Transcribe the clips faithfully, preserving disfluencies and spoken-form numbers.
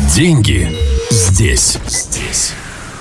Деньги здесь. Здесь.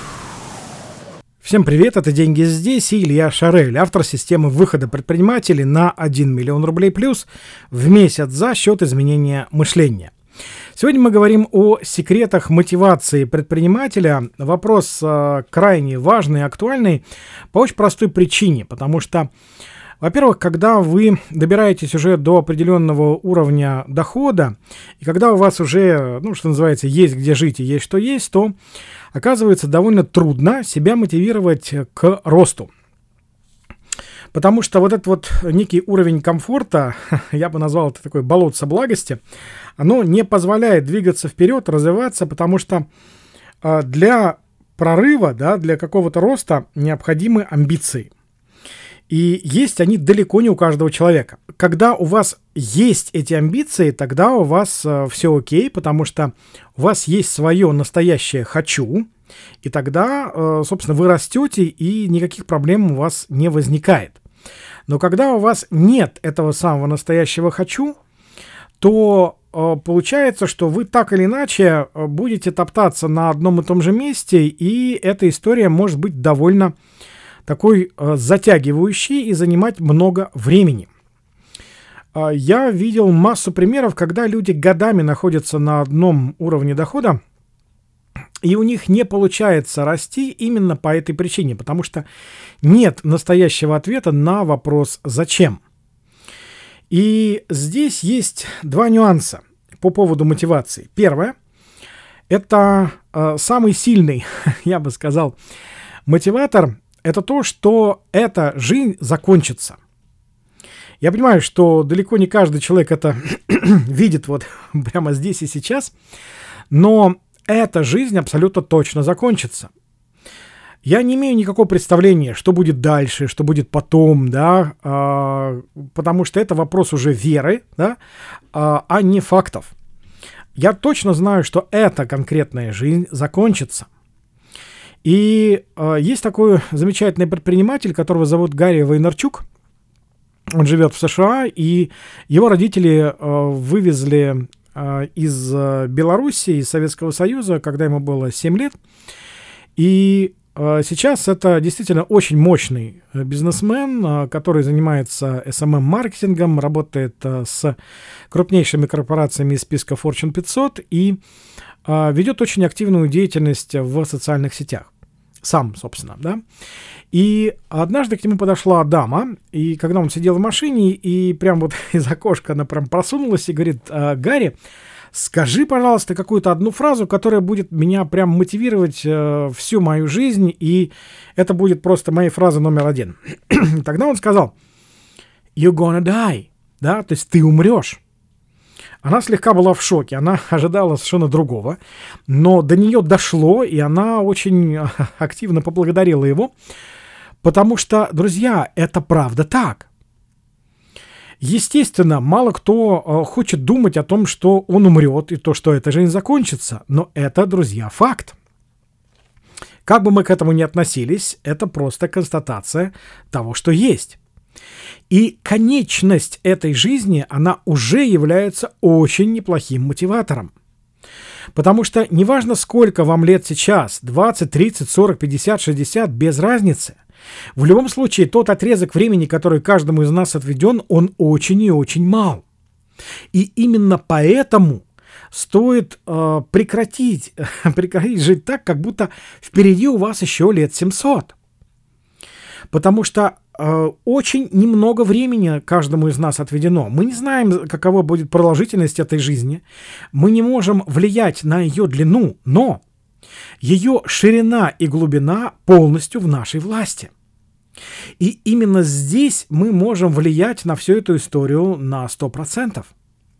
Всем привет, это «Деньги здесь» и Илья Шарель, автор системы выхода предпринимателей на один миллион рублей плюс в месяц за счет изменения мышления. Сегодня мы говорим о секретах мотивации предпринимателя. Вопрос э, крайне важный и актуальный по очень простой причине, потому что, во-первых, когда вы добираетесь уже до определенного уровня дохода, и когда у вас уже, ну, что называется, есть где жить и есть что есть, то оказывается довольно трудно себя мотивировать к росту. Потому что вот этот вот некий уровень комфорта, я бы назвал это такой болотце благости, оно не позволяет двигаться вперед, развиваться, потому что для прорыва, да, для какого-то роста необходимы амбиции. И есть они далеко не у каждого человека. Когда у вас есть эти амбиции, тогда у вас э, все окей, потому что у вас есть свое настоящее «хочу», и тогда, э, собственно, вы растете, и никаких проблем у вас не возникает. Но когда у вас нет этого самого настоящего «хочу», то э, получается, что вы так или иначе будете топтаться на одном и том же месте, и эта история может быть довольно такой э, затягивающий и занимать много времени. Э, я видел массу примеров, когда люди годами находятся на одном уровне дохода, и у них не получается расти именно по этой причине, потому что нет настоящего ответа на вопрос «зачем?». И здесь есть два нюанса по поводу мотивации. Первое – это э, самый сильный, я бы сказал, мотиватор – это то, что эта жизнь закончится. Я понимаю, что далеко не каждый человек это видит вот прямо здесь и сейчас, но эта жизнь абсолютно точно закончится. Я не имею никакого представления, что будет дальше, что будет потом, да, э, потому что это вопрос уже веры, да, э, а не фактов. Я точно знаю, что эта конкретная жизнь закончится. И э, есть такой замечательный предприниматель, которого зовут Гарри Вайнерчук. Он живет в США, и его родители э, вывезли э, из э, Белоруссии, из Советского Союза, когда ему было семь лет. И э, сейчас это действительно очень мощный бизнесмен, э, который занимается эс эм эм-маркетингом, работает э, с крупнейшими корпорациями из списка Fortune пятьсот и э, ведет очень активную деятельность в социальных сетях. Сам, собственно, да. И однажды к нему подошла дама, и когда он сидел в машине, и прям вот из окошка она прям просунулась и говорит: «Гарри, скажи, пожалуйста, какую-то одну фразу, которая будет меня прям мотивировать э, всю мою жизнь, и это будет просто моей фраза номер один». Тогда он сказал: «You're gonna die», да, то есть ты умрешь. Она слегка была в шоке, она ожидала совершенно другого, но до нее дошло, и она очень активно поблагодарила его, потому что, друзья, это правда так. Естественно, мало кто э, хочет думать о том, что он умрет, и то, что эта жизнь закончится, но это, друзья, факт. Как бы мы к этому ни относились, это просто констатация того, что есть. И конечность этой жизни, она уже является очень неплохим мотиватором. Потому что неважно, сколько вам лет сейчас, двадцать, тридцать, сорок, пятьдесят, шестьдесят, без разницы. В любом случае, тот отрезок времени, который каждому из нас отведен, он очень и очень мал. И именно поэтому стоит э, прекратить, прекратить жить так, как будто впереди у вас еще лет семьсот. Потому что э, очень немного времени каждому из нас отведено. Мы не знаем, какова будет продолжительность этой жизни. Мы не можем влиять на ее длину, но ее ширина и глубина полностью в нашей власти. И именно здесь мы можем влиять на всю эту историю на сто процентов.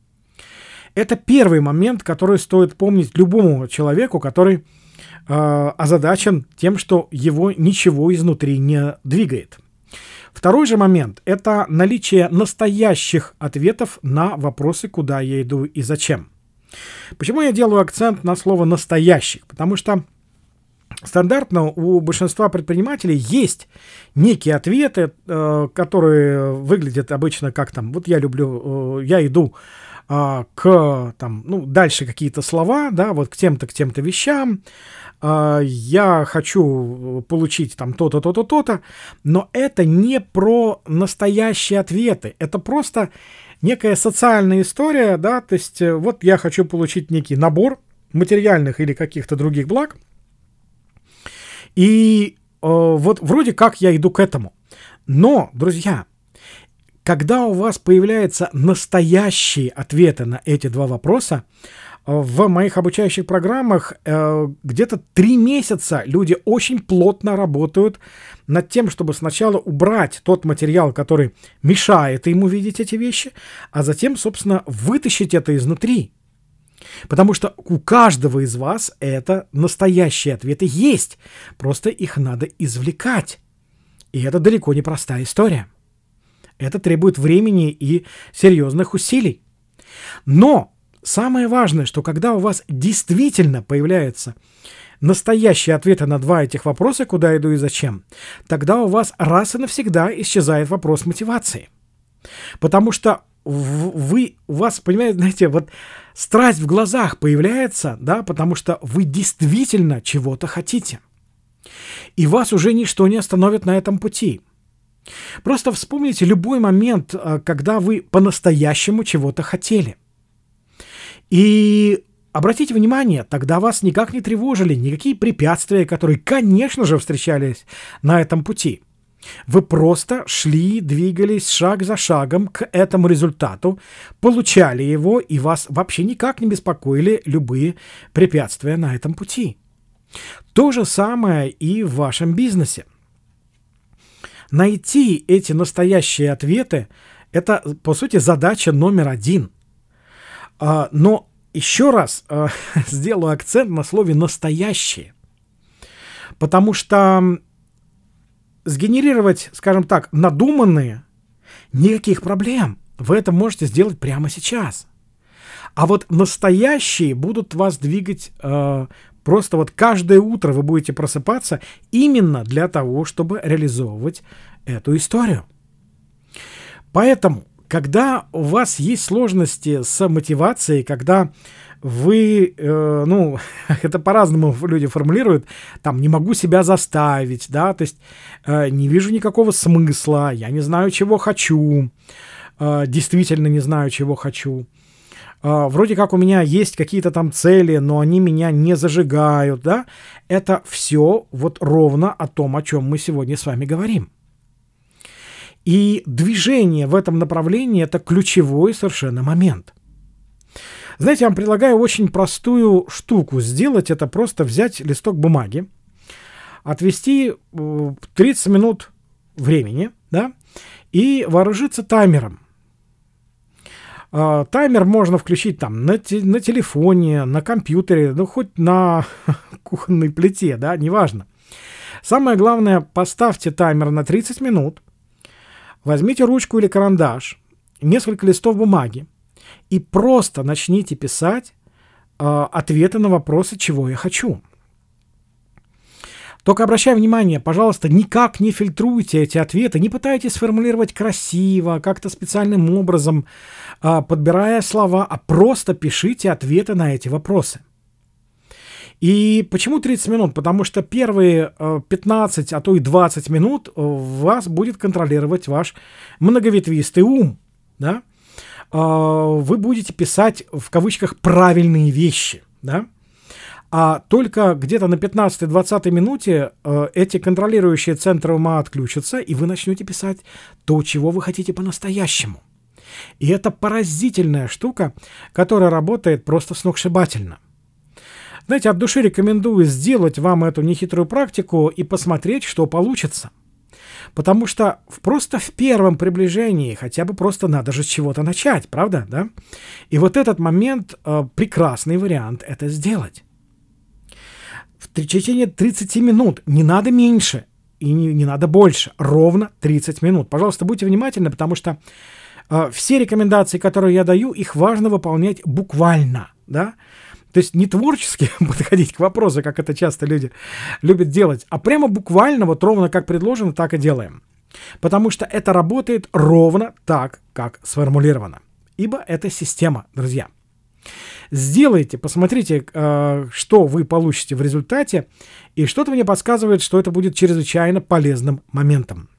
Это первый момент, который стоит помнить любому человеку, который э, озадачен тем, что его ничего изнутри не двигает. Второй же момент – это наличие настоящих ответов на вопросы, куда я иду и зачем. Почему я делаю акцент на слово «настоящих»? Потому что стандартно у большинства предпринимателей есть некие ответы, э, которые выглядят обычно как там: вот я люблю, э, я иду а, к, там, ну, дальше какие-то слова, да, вот к тем-то, к тем-то вещам, а, я хочу получить там то-то, то-то, то-то, но это не про настоящие ответы, это просто некая социальная история, да, то есть вот я хочу получить некий набор материальных или каких-то других благ, и э, вот вроде как я иду к этому. Но, друзья, когда у вас появляются настоящие ответы на эти два вопроса, в моих обучающих программах э, где-то три месяца люди очень плотно работают над тем, чтобы сначала убрать тот материал, который мешает ему видеть эти вещи, а затем, собственно, вытащить это изнутри. Потому что у каждого из вас это настоящие ответы есть, просто их надо извлекать. И это далеко не простая история. Это требует времени и серьезных усилий. Но самое важное, что когда у вас действительно появляются настоящие ответы на два этих вопроса, куда иду и зачем, тогда у вас раз и навсегда исчезает вопрос мотивации. Потому что вы, у вас, понимаете, знаете, вот страсть в глазах появляется, да, потому что вы действительно чего-то хотите. И вас уже ничто не остановит на этом пути. Просто вспомните любой момент, когда вы по-настоящему чего-то хотели. И обратите внимание, тогда вас никак не тревожили никакие препятствия, которые, конечно же, встречались на этом пути. Вы просто шли, двигались шаг за шагом к этому результату, получали его, и вас вообще никак не беспокоили любые препятствия на этом пути. То же самое и в вашем бизнесе. Найти эти настоящие ответы – это, по сути, задача номер один. Но еще раз сделаю акцент на слове «настоящие», потому что сгенерировать, скажем так, надуманные – никаких проблем. Вы это можете сделать прямо сейчас. А вот настоящие будут вас двигать э, просто вот каждое утро вы будете просыпаться именно для того, чтобы реализовывать эту историю. Поэтому, когда у вас есть сложности с мотивацией, когда вы, э, ну, это по-разному люди формулируют, там, не могу себя заставить, да, то есть э, не вижу никакого смысла, я не знаю, чего хочу, э, действительно не знаю, чего хочу. Э, вроде как у меня есть какие-то там цели, но они меня не зажигают, да, это все вот ровно о том, о чем мы сегодня с вами говорим. И движение в этом направлении – это ключевой совершенно момент. Знаете, я вам предлагаю очень простую штуку сделать. Это просто взять листок бумаги, отвести тридцать минут времени, да, и вооружиться таймером. Таймер можно включить там на, те, на телефоне, на компьютере, ну хоть на кухонной плите, да, неважно. Самое главное, поставьте таймер на тридцать минут, возьмите ручку или карандаш, несколько листов бумаги, и просто начните писать э, ответы на вопросы, чего я хочу. Только обращаю внимание, пожалуйста, никак не фильтруйте эти ответы, не пытайтесь сформулировать красиво, как-то специальным образом, э, подбирая слова, а просто пишите ответы на эти вопросы. И почему тридцать минут? Потому что первые э, пятнадцать, а то и двадцать минут вас будет контролировать ваш многоветвистый ум, да? Вы будете писать, в кавычках, правильные вещи, да? А только где-то на пятнадцатой-двадцатой минуте э, эти контролирующие центры ума отключатся, и вы начнете писать то, чего вы хотите по-настоящему. И это поразительная штука, которая работает просто сногсшибательно. Знаете, от души рекомендую сделать вам эту нехитрую практику и посмотреть, что получится. Потому что просто в первом приближении хотя бы просто надо же с чего-то начать, правда, да? И вот этот момент э, прекрасный вариант это сделать. В течение тридцати минут, не надо меньше и не, не надо больше, ровно тридцать минут. Пожалуйста, будьте внимательны, потому что э, все рекомендации, которые я даю, их важно выполнять буквально, да? То есть не творчески подходить к вопросу, как это часто люди любят делать, а прямо буквально, вот ровно как предложено, так и делаем. Потому что это работает ровно так, как сформулировано. ибо это система, друзья. Сделайте, посмотрите, что вы получите в результате, и что-то мне подсказывает, что это будет чрезвычайно полезным моментом.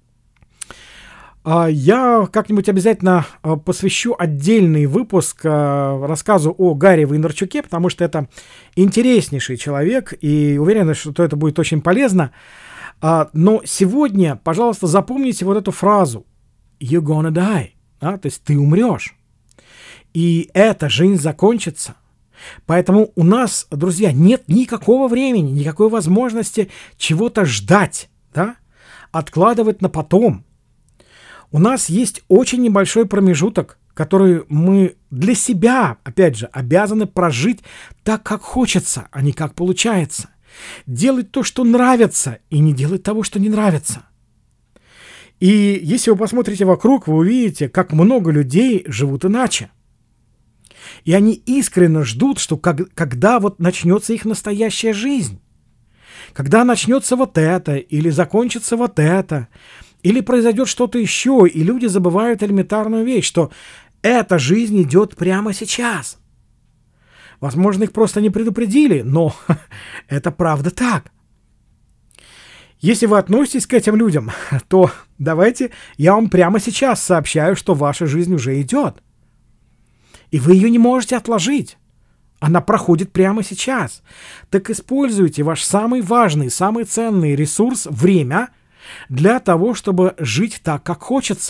Я как-нибудь обязательно посвящу отдельный выпуск рассказу о Гарри Вайнерчуке, потому что это интереснейший человек, и уверен, что это будет очень полезно. Но сегодня, пожалуйста, запомните вот эту фразу «You're gonna die», да? То есть ты умрешь. И эта жизнь закончится. Поэтому у нас, друзья, нет никакого времени, никакой возможности чего-то ждать, да? Откладывать на потом. У нас есть очень небольшой промежуток, который мы для себя, опять же, обязаны прожить так, как хочется, а не как получается. Делать то, что нравится, и не делать того, что не нравится. И если вы посмотрите вокруг, вы увидите, как много людей живут иначе. И они искренне ждут, что как, когда вот начнется их настоящая жизнь, когда начнется вот это, или закончится вот это, или произойдет что-то еще, и люди забывают элементарную вещь, что эта жизнь идет прямо сейчас. Возможно, их просто не предупредили, но это правда так. Если вы относитесь к этим людям, то давайте я вам прямо сейчас сообщаю, что ваша жизнь уже идет. И вы ее не можете отложить. Она проходит прямо сейчас. Так используйте ваш самый важный, самый ценный ресурс – время для того, чтобы жить так, как хочется.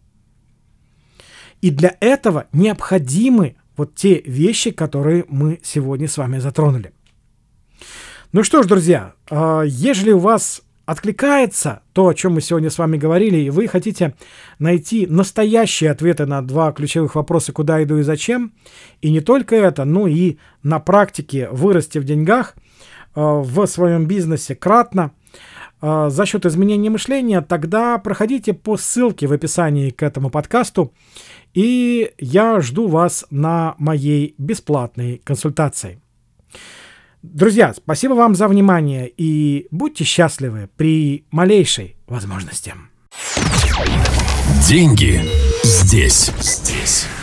И для этого необходимы вот те вещи, которые мы сегодня с вами затронули. Ну что ж, друзья, ежели у вас откликается то, о чем мы сегодня с вами говорили, и вы хотите найти настоящие ответы на два ключевых вопроса «Куда иду и зачем?», и не только это, но и на практике вырасти в деньгах в своем бизнесе кратно за счет изменения мышления, тогда проходите по ссылке в описании к этому подкасту, и я жду вас на моей бесплатной консультации. Друзья, спасибо вам за внимание и будьте счастливы при малейшей возможности. Деньги здесь, здесь.